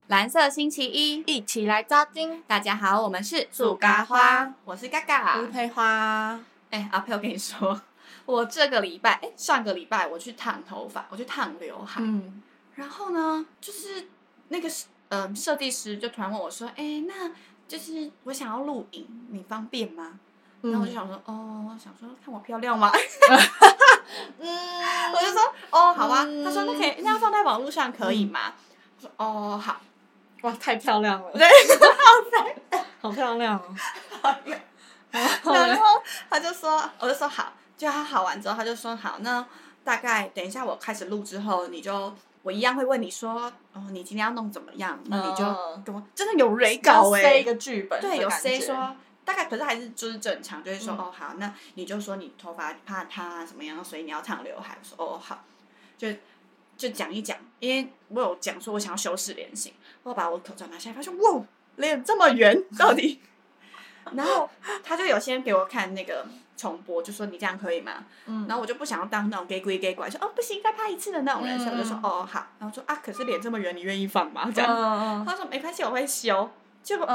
蓝色星期一， 一起来扎金。 大家好，我们是树咖花， 我是嘎嘎， 我是佩花。 阿佩，我跟你说，我上个礼拜我去烫头发，我去烫刘海，然后呢，就是那个设计师就突然问我说，那就是我想要录影，你方便吗？然后我就想说，想说看我漂亮吗？我就说，好啊。他说那要放在网络上可以吗？我说，好。 哇，太漂亮了！ 对， 好漂亮哦。 然后他就说，我就说好，就他好完之后，他就说好，那大概等一下我开始录之后，我一样会问你说，你今天要弄怎么样？那你就跟我真的有res稿要塞一个剧本， 对，有塞说大概，可是还是就是正常，就会说好，那你就说你头发怕塌怎么样，所以你要烫刘海。我说好，就讲一讲，因为我有讲说我想要修饰脸型，我把我口罩拿下来，发现哇，脸这么圆，到底？然后他就有先给我看那个重播，就说你这样可以吗？然后我就不想要当那种给鬼给拐，说不行，再拍一次的那种人，所以我就说好，然后说可是脸这么圆，你愿意放吗？这样，他说没关系，我会修。结果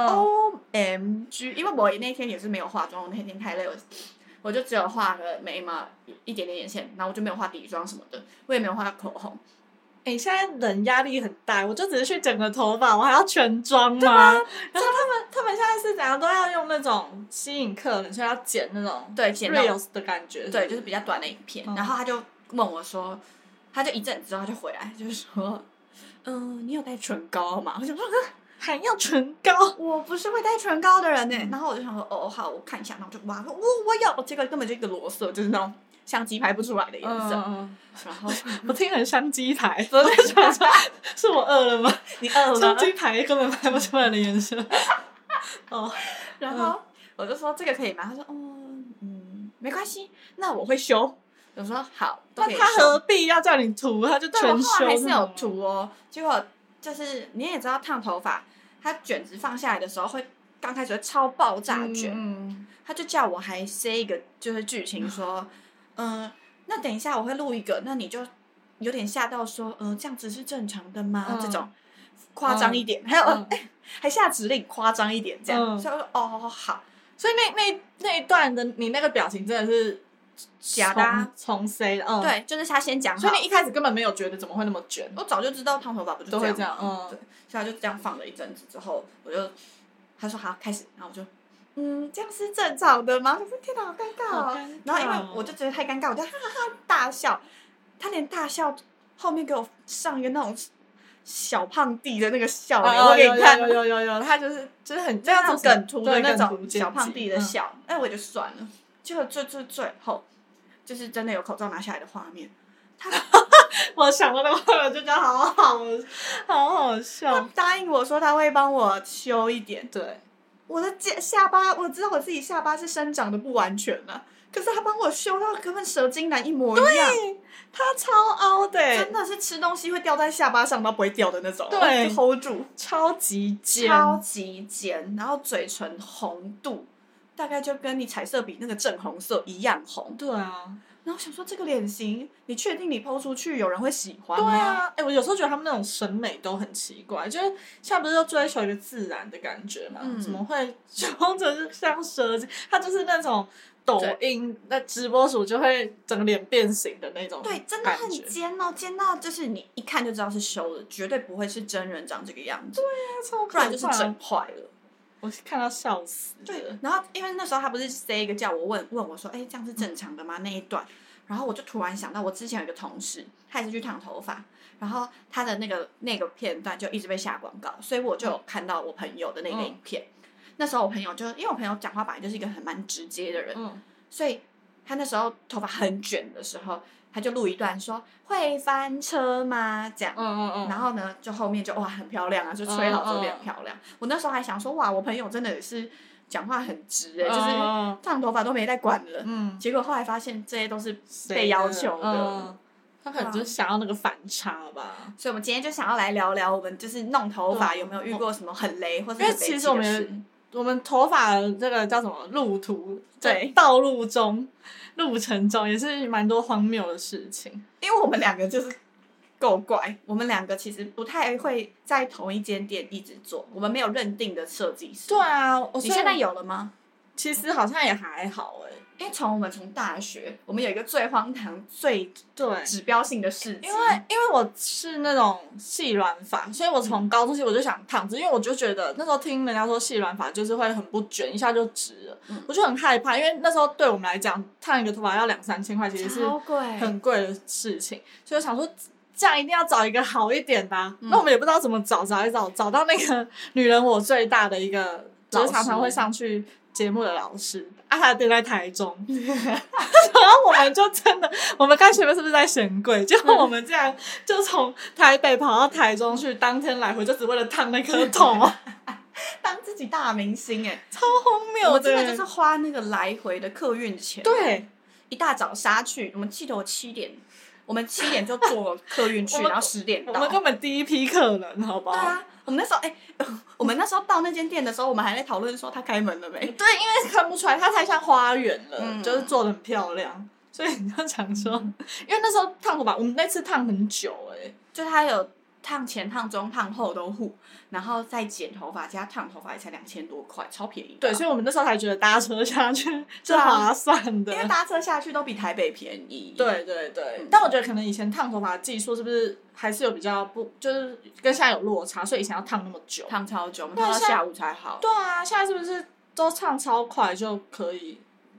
OMG， 因为我那天也是没有化妆，我那天太累了。我就只有画个眉毛，一点点眼线，然后我就没有画底妆什么的，我也没有画口红。 现在人压力很大，我就只是去整个头发，我还要全妆吗？然后他们现在是怎样都要用那种吸引客人，所以要剪那种剪 reels 的感觉， 对，就是比较短的影片。然后他就问我说，他就一阵子之后他就回来，就是说，你有带唇膏吗？我想说。 还要唇膏？ 我不是会带唇膏的人呢。然后我就想说，好，我看一下，然后就哇，我有，结果根本就一个裸色，就是那种相机拍不出来的颜色。然后我听成相机台， 不是是我饿了吗？ 你饿了？ 相机台根本拍不出来的颜色。 然后我就说这个可以吗？他说，没关系，那我会修。我说好， 那他何必要叫你涂？他就全修。 对，我还是有涂哦。结果就是你也知道，烫头发。他卷子放下来的时候会刚开始会超爆炸卷，他就叫我还塞一个就是剧情说，那等一下我会录一个，那你就有点吓到说，这样子是正常的吗？这种夸张一点，还有还下指令夸张一点这样，所以我说好， 所以那一段的你那个表情真的是假的， 重塞的， 对，就是他先讲好， 所以你一开始根本没有觉得怎么会那么卷， 我早就知道烫头发不就都会这样， 对。所以他就这样放了一阵子之后，他说好开始，然后我就这样是正常的吗？我说天哪，好尴尬哦。然后因为我就觉得太尴尬，我就哈哈哈大笑。他连大笑后面给我上一个那种小胖弟的那个笑脸，我给你看， 有，他就是很这样子梗图的那种小胖弟的笑，我就算了。结果最后就是真的有口罩拿下来的画面， 我想到那个画面就觉得好好笑。 他答应我说他会帮我修一点， 对， 我的下巴，我知道我自己下巴是生长的不完全了，可是他帮我修到跟蛇精男一模一样。 对，他超凹的， 真的是吃东西会掉在下巴上，都不会掉的那种， 对 ，hold 住， 超级尖， 然后嘴唇红度大概就跟你彩色笔那个正红色一样红。 对啊。 然后想说这个脸型，你确定你 po 出去有人会喜欢吗？ 对啊，我有时候觉得他们那种审美都很奇怪，就是现在不是都追求一个自然的感觉嘛？怎么会修成像蛇精？他就是那种抖音那直播主就会整个脸变形的那种， 对，真的很尖哦，尖到就是你一看就知道是修的，绝对不会是真人长这个样子。 对啊，超可怕， 不然就是整坏了。 我看到笑死。 对，然后因为那时候他不是塞一个叫我问我说，这样是正常的吗？那一段，然后我就突然想到，我之前有一个同事，他也是去烫头发，然后他的那个片段就一直被下广告，所以我就有看到我朋友的那个影片。那时候我朋友因为我朋友讲话本来就是一个蛮直接的人，所以他那时候头发很卷的时候，他就录一段说会翻车吗？这样，然后呢，就后面就哇很漂亮啊，就吹好之后变很漂亮。我那时候还想说哇，我朋友真的也是讲话很直就是烫头发都没在管了。结果后来发现这些都是被要求的。 他可能就是想要那个反差吧。 所以我们今天就想要来聊聊我们就是弄头发有没有遇过什么很雷或者很因为其实我们头发的这个叫什么路途，对，道路中路程中也是蛮多荒谬的事情。 因为我们两个就是够怪，我们2个其实不太会在同一间店一直做，我们没有认定的设计师。 对啊， 你现在有了吗？ 其实好像也还好因为我们从大学，我们有一个最荒唐、最对指标性的事情。 因为我是那种细软发，所以我从高中起我就想烫直，因为我就觉得那时候听人家说细软发就是会很不卷，一下就直了，我就很害怕，因为那时候对我们来讲，烫一个头发要2-3千块，其实是很贵的事情，所以我想说。这样一定要找一个好一点的那我们也不知道怎么找到那个女人我最大的一个，就是常常会上去节目的老师他的店在台中然后我们就真的我们刚前面是不是在嫌贵结果我们这样就从台北跑到台中去当天来回就只为了烫那颗头当自己大明星超荒谬的， 我真的就是花那个来回的客运钱， 对， 一大早杀去，我们记得7点就坐客运去然后10点到， 我们根本第一批客人好不好？ 对啊，我们那时候到那间店的时候，我们还在讨论说他开门了没？ 对，因为看不出来，它太像花园了，就是做得很漂亮，所以你就想说，因为那时候烫头发，我们那次烫很久就他有烫前、烫中、烫后都护，然后再剪头发加烫头发也才2000多块，超便宜。 对，所以我们那时候才觉得搭车下去是划算的， 因为搭车下去都比台北便宜。 对对对，但我觉得可能以前烫头发的技术是不是还是有比较不，就是跟现在有落差，所以以前要烫那么久， 烫超久，我们烫到下午才好。 对啊，现在是不是都烫超快就可以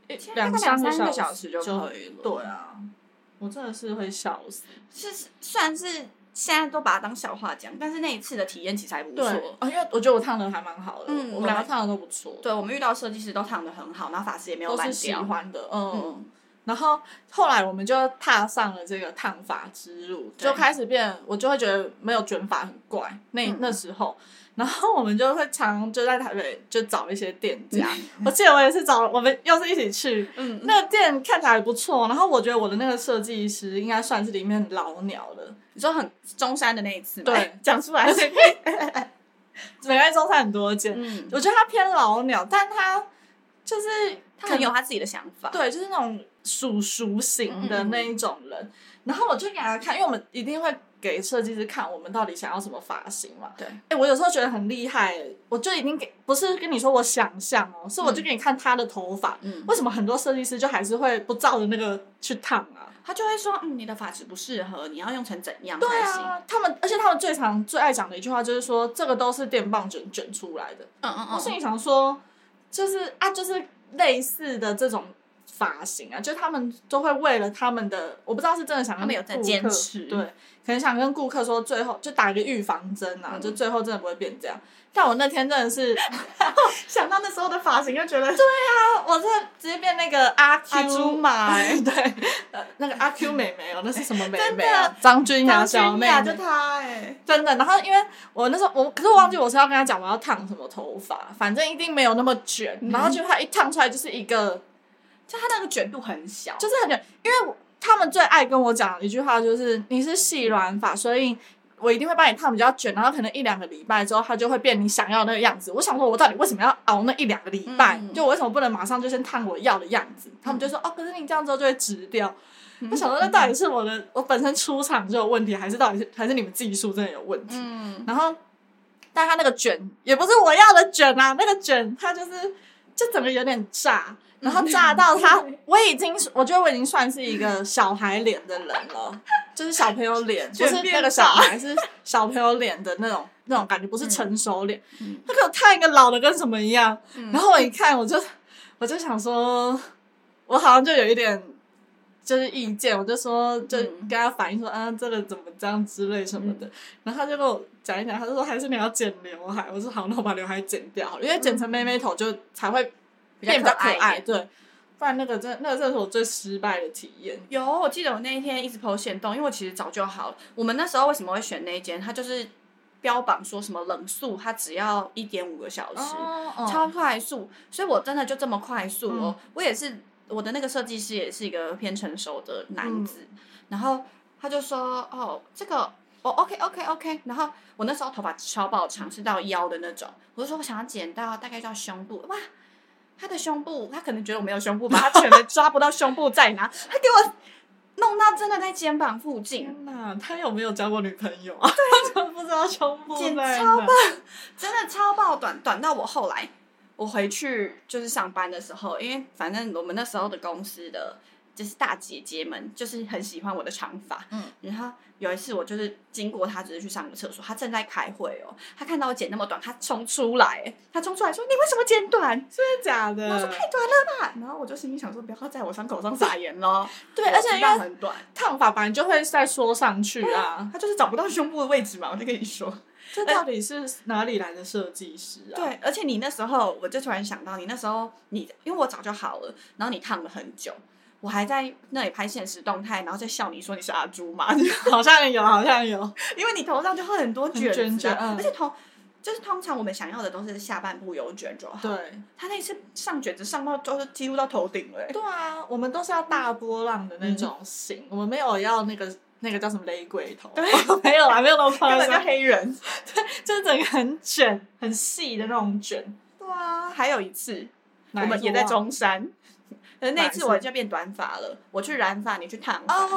？2-3个小时就可以了。 对啊，我真的是会笑死。 算是。现在都把它当笑话讲，但是那一次的体验其实还不错。 因为我觉得我烫的还蛮好的，我们2个烫的都不错。 对，我们遇到设计师都烫的很好，然后发丝也没有烂掉。 都是喜欢的，然后后来我们就踏上了这个烫发之路，就开始我就会觉得没有卷发很怪。那时候，然后我们就会常就在台北就找一些店家。我记得我也是我们又是一起去，那个店看起来不错。然后我觉得我的那个设计师应该算是里面很老鸟的。 你说很中山的那一次吗？ 对， 讲出来。 美关中山很多间，我觉得他偏老鸟，但他就是他很有他自己的想法。 对，就是那种叔型的那一种人。然后我就给他看，因为我们一定会给设计师看我们到底想要什么发型嘛。 对。 我有时候觉得很厉害我就已经不是跟你说我想象是我就给你看他的头发。为什么很多设计师就还是会不照着那个去烫啊？ 他就会说，你的发质不适合，你要用成怎样才行？ 对啊，而且他们最爱讲的一句话就是说，这个都是电棒卷出来的。我心里想说，就是类似的这种发型啊，就他们都会为了他们的，我不知道是真的想跟顾客， 他们有在坚持， 对，可能想跟顾客说，最后就打一个预防针啊，就最后真的不会变这样。但我那天真的是想到那时候的发型，就觉得对啊，我真的直接变那个阿朱玛对，那个阿 Q 妹妹那是什么妹妹啊？张君雅小妹妹， 就她真的。然后因为我那时候可是我忘记我是要跟她讲我要烫什么头发，反正一定没有那么卷。然后就她一烫出来就是一个， 就她那个卷度很小， 就是很卷。因为他们最爱跟我讲的一句话就是你是细软发，所以我一定会帮你烫比较卷，然后可能1-2个礼拜之后，它就会变你想要的那个样子。我想说，我到底为什么要熬那1-2个礼拜？就我为什么不能马上就先烫我要的样子？他们就说可是你这样之后就会直掉。我想说，那到底是我本身出厂就有问题，还是你们技术真的有问题？然后，但它那个卷也不是我要的卷啊，那个卷它就整个有点炸。然后炸到他，我觉得我已经算是一个小孩脸的人了，就是小朋友脸，不是那个小孩，是小朋友脸的那种感觉，不是成熟脸。他给我烫一个老的跟什么一样，然后我一看，我就想说，我好像就有一点就是意见，我就说就跟他反映说，这个怎么这样之类什么的。然后他就跟我讲一讲，他就说还是你要剪刘海。我说好，那我把刘海剪掉好了，因为剪成妹妹头就才会变比较可爱，对，不然那个真的是我最失败的体验。 有，我记得我那一天一直 po 限动，因为我其实早就好了。我们那时候为什么会选那一间？它就是标榜说什么冷速，它只要1.5个小时，超快速，所以我真的就这么快速哦。我也是，我的那个设计师也是一个偏成熟的男子，然后他就说这个OK， 然后我那时候头发超爆长，是到腰的那种，我就说我想要剪到大概到胸部，哇。他的胸部，他可能觉得我没有胸部吧，他可能抓不到胸部在哪，他给我弄到真的在肩膀附近。 天哪，他有没有交过女朋友啊？对，不知道胸部剪在哪超爆，真的超爆短，短到我后来我回去就是上班的时候，因为反正我们那时候的公司的就是大姐姐们就是很喜欢我的长发，然后有一次我就是经过她，只是去上个厕所，她正在开会哦，她看到我剪那么短，她冲出来说：“你为什么剪短？ 真的假的？” 我说：“太短了吧。”然后我就心里想说：“不要在我伤口上撒盐咯。” 对，而且因为很短， 烫发本来就会再缩上去啊。 她就是找不到胸部的位置嘛，我就跟你说。 这到底是哪里来的设计师啊？ 对，而且你那时候，我就突然想到，你那时候因为我早就好了，然后你烫了很久，我还在那里拍现实动态，然后再笑你说你是阿朱嘛， 好像有， 因为你头上就会很多卷子， 而且就是通常我们想要的都是下半部有卷就好。 对， 他那次上卷子上到就是几乎到头顶了。 对啊，我们都是要大波浪的那种型，我们没有要那个叫什么雷鬼头，没有啦，没有那么夸张， 根本就黑人。 对，就是整个很卷、很细的那种卷。 对啊，还有一次我们也在中山，可是那次我就变短发了，我去染发，你去烫发。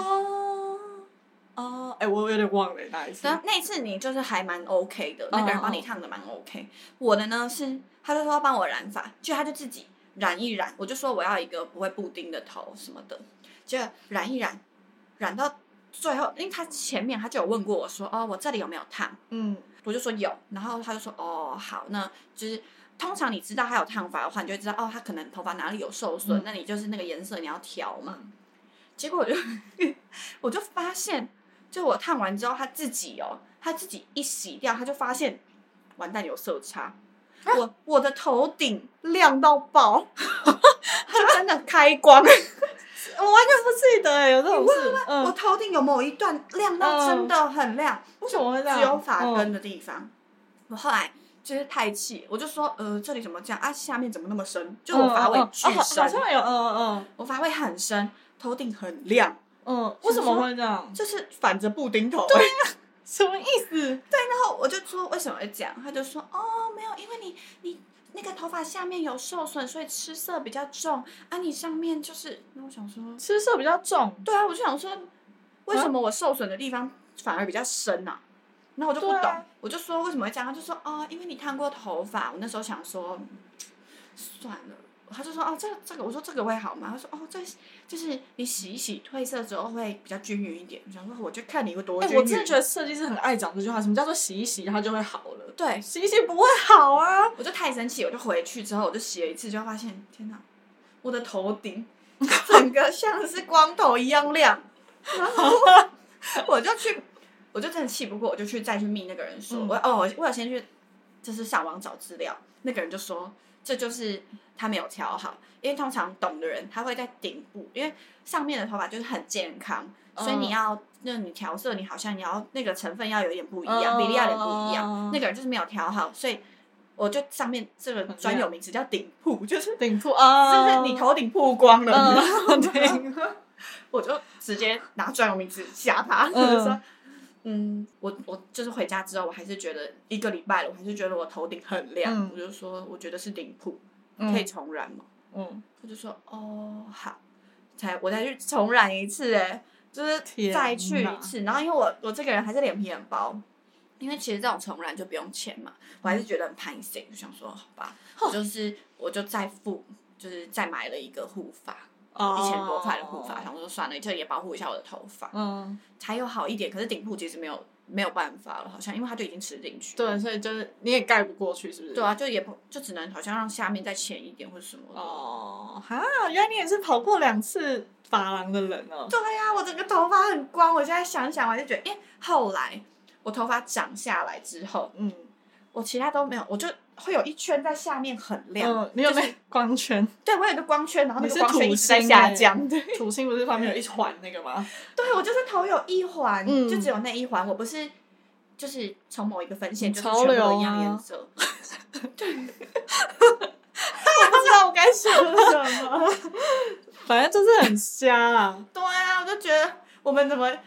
我有点忘了那一次。 那一次你就是还蛮 OK 的，那个人帮你烫的蛮 OK。我的呢是，他就说要帮我染发，就他就自己染一染，我就说我要一个不会布丁的头什么的，就染一染，染到最后，因为他前面他就有问过我说，我这里有没有烫？我就说有，然后他就说好，那就是通常你知道他有烫发的话，你就会知道他可能头发哪里有受损，那你就是那个颜色你要调嘛。结果我就发现。就我烫完之后，他自己一洗掉，他就发现完蛋有色差，我的头顶亮到爆，就真的开光，我完全不记得有这种事。 我头顶有某一段亮到真的很亮， 为什么会这样？ 只有发根的地方。我后来就是太气，我就说这里怎么这样啊？下面怎么那么深？就我发尾巨深， 好像有我发尾很深，头顶很亮。 为什么会这样？ 就是反着布丁头。 对呀，什么意思？ 对，然后我就说为什么会这样？他就说没有，因为你那个头发下面有受损，所以吃色比较重啊。你上面就是，那我想说吃色比较重。 对啊，我就想说，为什么我受损的地方反而比较深啊？然后我就不懂，我就说为什么会这样？他就说因为你烫过头发。我那时候想说，算了。他就说这个，我说这个会好吗？他说这就是你洗一洗褪色之后会比较均匀一点。我想说我就看你有多均匀。 我真的觉得设计师很爱讲这句话，什么叫做洗一洗它就会好了？ 对， 洗一洗不会好啊！ 我就太生气，我就回去之后我就洗了一次，就发现天哪，我的头顶整个像是光头一样亮。然后我就真的气不过，我就再去密那个人说，我有先去就是上网找资料，那个人就说。这就是他没有调好，因为通常懂的人他会在顶部，因为上面的头发就是很健康，所以你调色，你好像你要那个成分要有点不一样，比例要有点不一样。那个人就是没有调好，所以我就上面这个专有名词叫顶铺，就是顶铺就是你头顶曝光了，我就直接拿专有名词吓他，就是说。我就是回家之后，我还是觉得1个礼拜了，我还是觉得我头顶很亮，我就说我觉得是顶铺，可以重染吗？他就说好，我再去重染一次，就是再去一次。然后因为我这个人还是脸皮很薄，因为其实这种重染就不用钱嘛，我还是觉得很拍心，就想说好吧，我就就是再买了一个护发。1000多块的护发，想说算了，这也保护一下我的头发，才有好一点。可是顶铺其实没有办法了，好像因为它就已经吃进去。 对，所以就是你也盖不过去，是不是？ 对啊，就只能好像让下面再浅一点或者什么的。 原来你也是跑过2次发廊的人哦。 对啊，我整个头发很光，我现在想想，我就觉得，因为后来我头发长下来之后，我其他都没有，我就会有一圈在下面很亮。 你有没有光圈？ 对，我有一个光圈，然后那个光圈一直在下降。对， 土星不是旁边有一环那个吗？ 对，我就是头有一环，就只有那一环，我不是就是从某一个分线就是全部都一样颜色。对，我不知道我该说什么， 反正就是很瞎啊。 对啊，我就觉得我们怎么后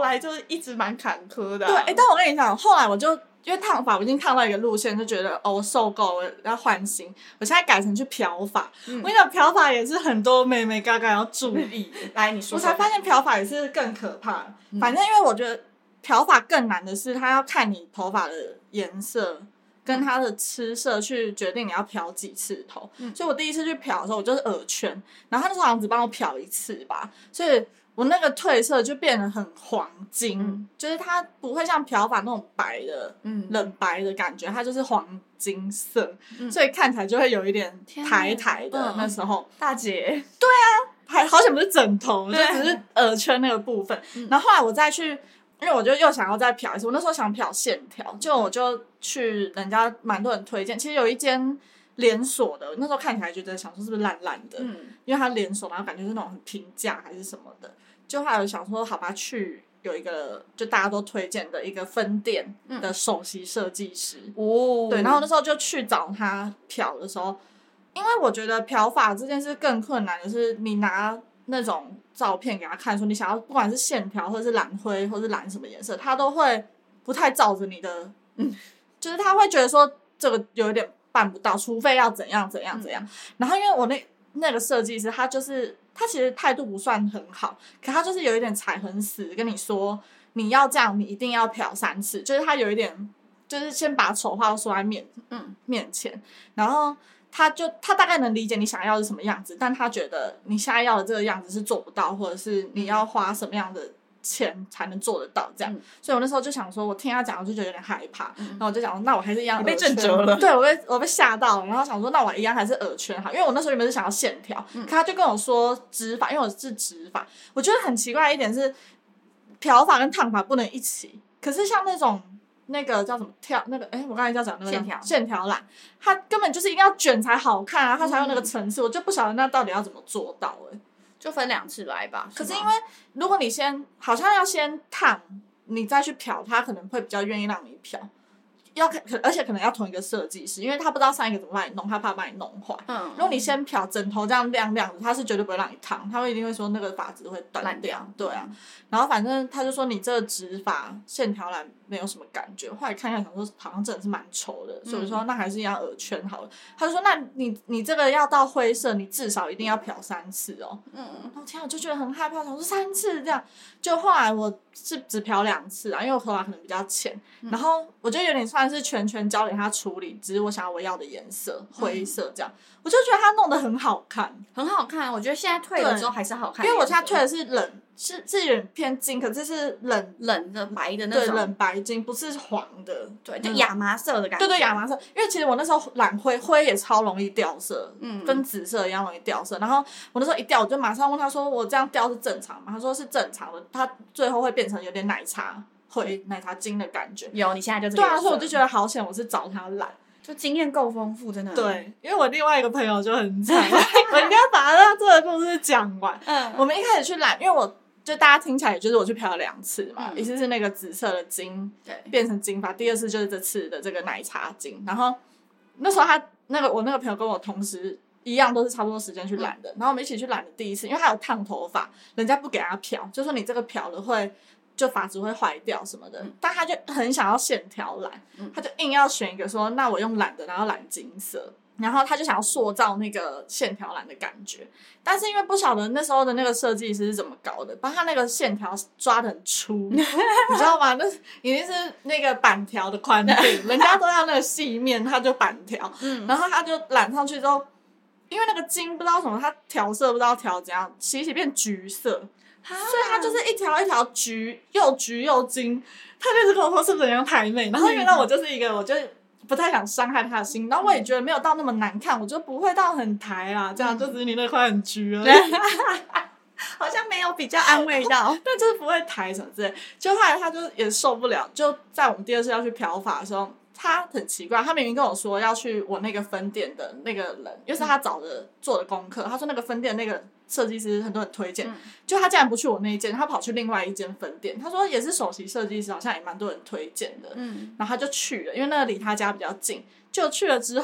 来就是一直蛮坎坷的、 对，但我跟你讲，后来我就因为烫发，我已经烫到一个路线，就觉得我受够了，要换新。我现在改成去漂发。我跟你讲，漂发也是很多妹妹嘎嘎要注意。 来，你说我才发现漂发也是更可怕。反正因为我觉得漂发更难的是，它要看你头发的颜色跟它的吃色去决定你要漂几次头。所以我第一次去漂的时候，我就是耳圈，然后他那时候好像只帮我漂一次吧，所以我那个褪色就变得很黄金，就是它不会像漂发那种白的，冷白的感觉，它就是黄金色，所以看起来就会有一点台台的。那时候大姐， 对啊，还好险不是枕头，就只是耳圈那个部分。然后后来我再去。因为我就又想要再漂一次，我那时候想漂线条，就我就去人家蛮多人推荐，其实有一间连锁的，那时候看起来觉得想说是不是烂烂的，因为它连锁，然后感觉是那种很平价还是什么的，就后来我想说好吧，去有一个就大家都推荐的一个分店的首席设计师，对，然后那时候就去找他漂的时候，因为我觉得漂发这件事更困难的是你拿那种照片给他看，说你想要不管是线条或者是蓝灰或者是蓝什么颜色，他都会不太照着你的，就是他会觉得说这个有一点办不到，除非要怎样怎样怎样。然后因为我那个设计师，他其实态度不算很好，可他就是有一点踩很死，跟你说你要这样，你一定要漂3次，就是他有一点就是先把丑话都说在面前，然后。他大概能理解你想要的是什么样子，但他觉得你现在要的这个样子是做不到，或者是你要花什么样的钱才能做得到这样。所以我那时候就想说，我听他讲我就觉得有点害怕，然后我就想说那我还是一样耳圈。 你被震折了。 对，我被吓到了，然后想说那我一样还是耳圈好，因为我那时候原本是想要线条，可他就跟我说直发，因为我是直发。我觉得很奇怪的一点是，漂发跟烫发不能一起，可是像那种。那个叫什么我刚才要讲那个线条染，它根本就是一定要卷才好看啊，它才有那个层次。我就不晓得那到底要怎么做到就分2次来吧。 可是因为如果你好像要先烫，你再去漂，它可能会比较愿意让你漂。而且可能要同一个设计师，因为他不知道上一个怎么帮你弄，他怕把你弄坏。如果你先漂枕头这样亮亮的，他是绝对不会让你烫，他一定会说那个发质会断掉。对啊，然后反正他就说你这个直发线条染没有什么感觉，后来看一下想说好像真的是蛮丑的，所以我说那还是一样耳圈好了。他就说那你这个要到灰色，你至少一定要漂3次哦。然后天啊，我就觉得很害怕，想说3次这样，就后来我是只漂2次啊，因为我头发可能比较浅，然后我就有点算是全交给他处理，只是我想要我要的颜色灰色这样，我就觉得他弄得很好看， 很好看。我觉得现在退了之后还是好看， 因为我现在退的是冷，是有点偏金，可是是冷的白的那种， 对，冷白金，不是黄的， 对，就亚麻色的感觉。 对，亚麻色。因为其实我那时候染灰也超容易掉色，跟紫色一样容易掉色。然后我那时候一掉，我就马上问他说：“我这样掉是正常吗？”他说是正常的，他最后会变成有点奶茶金的感觉。 有，你现在就这个。 对啊，所以我就觉得好险，我是找他染。 就经验够丰富，真的。 对，因为我另外一个朋友就很惨，我一定要把他这个故事讲完。我们一开始去染，因为就大家听起来，也就是我去漂了2次嘛，一次是那个紫色的金，变成金发，第2次就是这次的这个奶茶金。然后那时候我那个朋友跟我同时一样，都是差不多时间去染的。然后我们一起去染的第一次，因为他有烫头发，人家不给他漂，就说你这个漂了就发质会坏掉什么的，但他就很想要线条染，他就硬要选一个说，那我用染的，然后染金色，然后他就想要塑造那个线条染的感觉，但是因为不晓得那时候的那个设计师是怎么搞的，把他那个线条抓得很粗，你知道吗？那已经是那个板条的宽度，人家都要那个细面，他就板条，然后他就染上去之后，因为那个金不知道什么，他调色不知道调怎样，洗变橘色。所以它就是一条一条橘又金，他就一直跟我说是不是很像台妹，然后原来我就是一个，我就不太想伤害他的心，然后我也觉得没有到那么难看，我就不会到很台啦，这样就只是你那块很橘而已， 好像没有比较安慰到， 但就是不会台什么之类。就后来他就也受不了，就在我们第2次要去漂发的时候，他很奇怪，他明明跟我说要去我那个分店的那个人，又是他做的功课，他说那个分店那个设计师很多人推荐，就他竟然不去我那一间，他跑去另外一间分店，他说也是首席设计师，好像也蛮多人推荐的，然后他就去了，因为那个离他家比较近，就去了之后，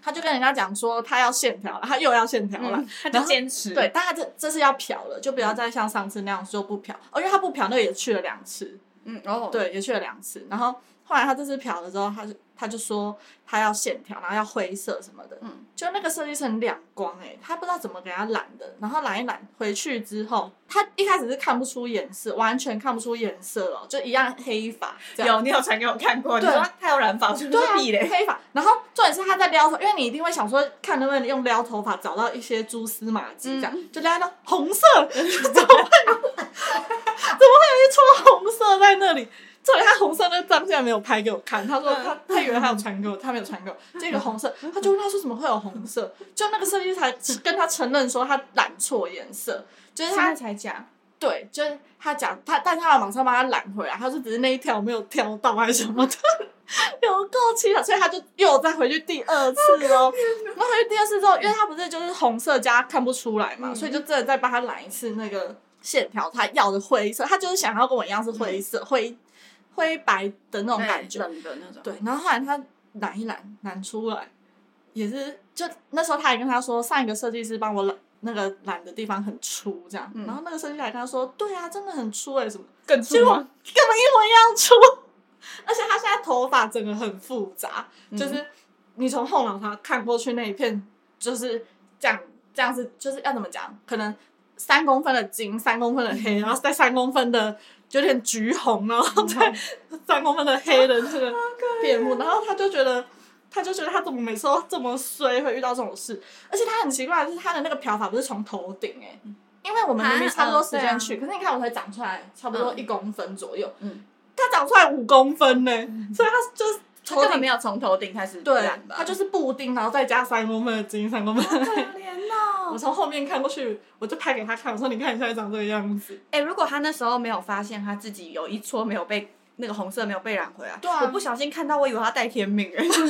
他就跟人家讲说他要线条了，他又要线条了， 他就坚持。 对，但他这次要漂了，就不要再像上次那样说不漂。因为他不漂，那个也去了2次。对，也去了2次。然后后来他这次漂了之后，他就说他要线条，然后要灰色什么的。就那个设计师很两光他不知道怎么给他染的，然后染一染回去之后，他一开始是看不出颜色，完全看不出颜色就一样黑发。 你有传给我看过，你说他有染发，我就说屁嘞， 黑发。然后重点是他在撩头，因为你一定会想说，看能不能用撩头发找到一些蛛丝马迹，这样就撩到红色，怎么会有一撮红色在那里？重点他红色那张竟然没有拍给我看，他说他以为他有传给我，他没有传给我。这个红色，他就问他说怎么会有红色？就那个设计师才跟他承认说他染错颜色，就是他才讲。 对，就是他讲但是他马上帮他染回来，他说只是那一条没有挑到还是什么的，有够气的，所以他就又再回去第2次然后回去第2次之後，因为他不是就是红色加看不出来嘛，所以就真的再帮他染一次那个线条，他要的灰色，他就是想要跟我一样是灰色，灰白的那种感觉， 冷的那种。 对，然后后来他染一染出来，也是就那时候他也跟他说，上一个设计师帮我染那个染的地方很粗，这样，然后那个设计师还跟他说，对啊，真的很粗什么， 更粗吗？ 结果根本一模一样粗，而且他现在头发整个很复杂，就是你从后脑勺看过去那一片就是这样是就是要怎么讲，可能3公分的金，3公分的黑，然后再3公分的有点橘红，然后再3公分的黑的这个边目，然后他就觉得他怎么每次都这么衰，会遇到这种事。而且他很奇怪的是，他的那个漂法不是从头顶因为我们明明差不多时间去，可是你看我才长出来差不多1公分左右，他长出来5公分所以他就是他根本没有从头顶开始染吧？ 他就是布丁，然后再加3公分的金，3公分的黑。 可怜哦！ 我从后面看过去，我就拍给他看，我说你看你现在长这个样子。 如果他那时候没有发现他自己有一撮没有被那个红色没有被染回来， 对啊， 我不小心看到，我以为他带天命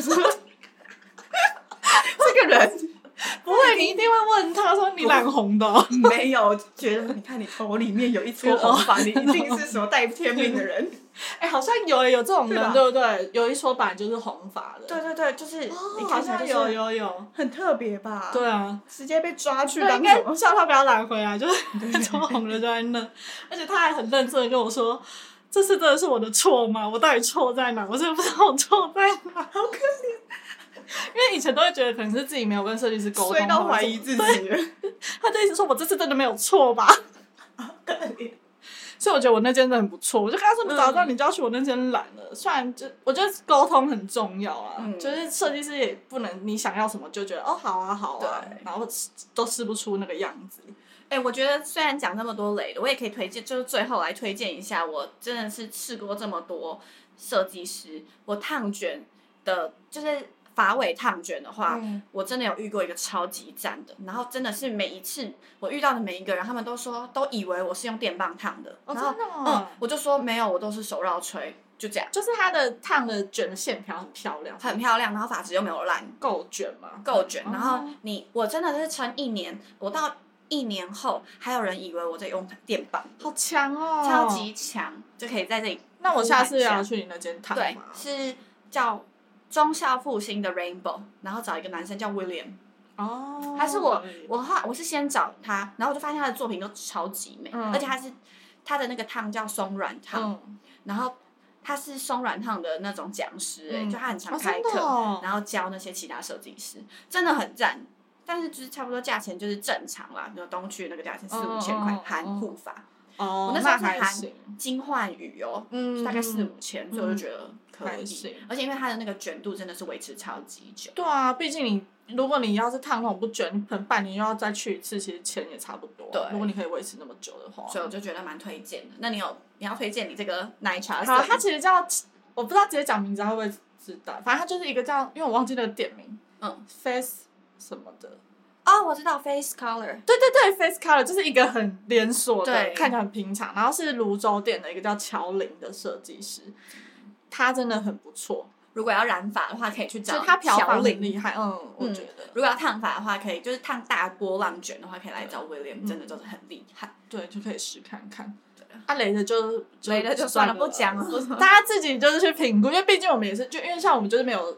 这个人不会，你一定会问他说你染红的没有，觉得你看你头里面有一撮红发，你一定是什么带天命的人。 好像有这种人，对不对？有一撮本来就是红发的。 对对对，就是你看起来就是有很特别吧？ 对啊， 直接被抓去当什么？应该叫他不要染回来，就是撮红的就在那。而且他还很认真的跟我说，这次真的是我的错吗？我到底错在哪？我真的不知道我错在哪，好可怜。因为以前都会觉得可能是自己没有跟设计师沟通， 衰到怀疑自己了。 他就一直说我这次真的没有错吧？ 好可怜。 所以我觉得我那间真的很不错，我就跟他说：“你早知道你就要去我那间染了。”虽然我觉得沟通很重要啊，就是设计师也不能你想要什么就觉得哦好啊好啊，然后都试不出那个样子。 我觉得虽然讲那么多雷的，我也可以推荐，就是最后来推荐一下，我真的是试过这么多设计师，我烫卷的，就是发尾烫卷的话，我真的有遇过一个超级赞的，然后真的是每一次我遇到的每一个人，他们都以为我是用电棒烫的，然后我就说没有，我都是手绕吹，就这样。 就是它的烫的卷的线条很漂亮， 很漂亮，然后发质又没有烂， 够卷嘛？ 够卷。然后我真的是撑1年，我到1年后还有人以为我在用电棒， 好强哦， 超级强，就可以在这里。 那我下次也要去你那间烫吗？ 对，是叫忠孝复兴的 Rainbow， 然后找一个男生叫 William。还是我是先找他，然后我就发现他的作品都超级美，而且他的那个烫叫松软烫，然后他是松软烫的那种讲师，就他很常开课，然后教那些其他设计师，真的很赞。但是就是差不多价钱就是正常啦，就东区那个价钱4-5千块含护发。我那时候是含金焕宇大概4-5千，所以我就觉得可以。而且因为它的那个卷度真的是维持超级久。 对啊，毕竟如果你要是烫那种不卷，你可能半年又要再去一次，其实钱也差不多。 对， 如果你可以维持那么久的话， 所以我就觉得蛮推荐的。那你要推荐你这个奶茶？ 好，它其实叫我不知道直接讲名字他会不会知道，反正它就是一个叫，因为我忘记那个店名，Face 什么的。 我知道 Face Color。 对对对 ，Face Color 就是一个很连锁的，看起来很平常，然后是泸州店的一个叫乔林的设计师，他真的很不错。 如果要染发的话，可以去找他漂发很厉害，我觉得。 如果要烫发的话，可以就是烫大波浪卷的话，可以来找 William，真的就是很厉害。 对，就可以试看看。 雷的就算了，不讲了， 大家自己就是去评估，因为毕竟我们也是，就因为像我们就是没有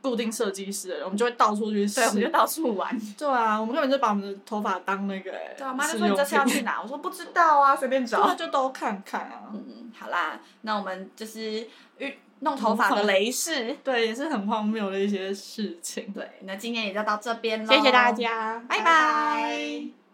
固定设计师的人，我们就会到处去试。 对，我们就到处玩。 对啊，我们根本就把我们的头发当那个对啊，我妈就说你这次要去哪？我说不知道啊，随便找。 对啊，就都看看啊。 好啦，那我们就是弄头发的雷事， 对，也是很荒谬的一些事情。 对，那今天也就到这边喽。 谢谢大家， 拜拜。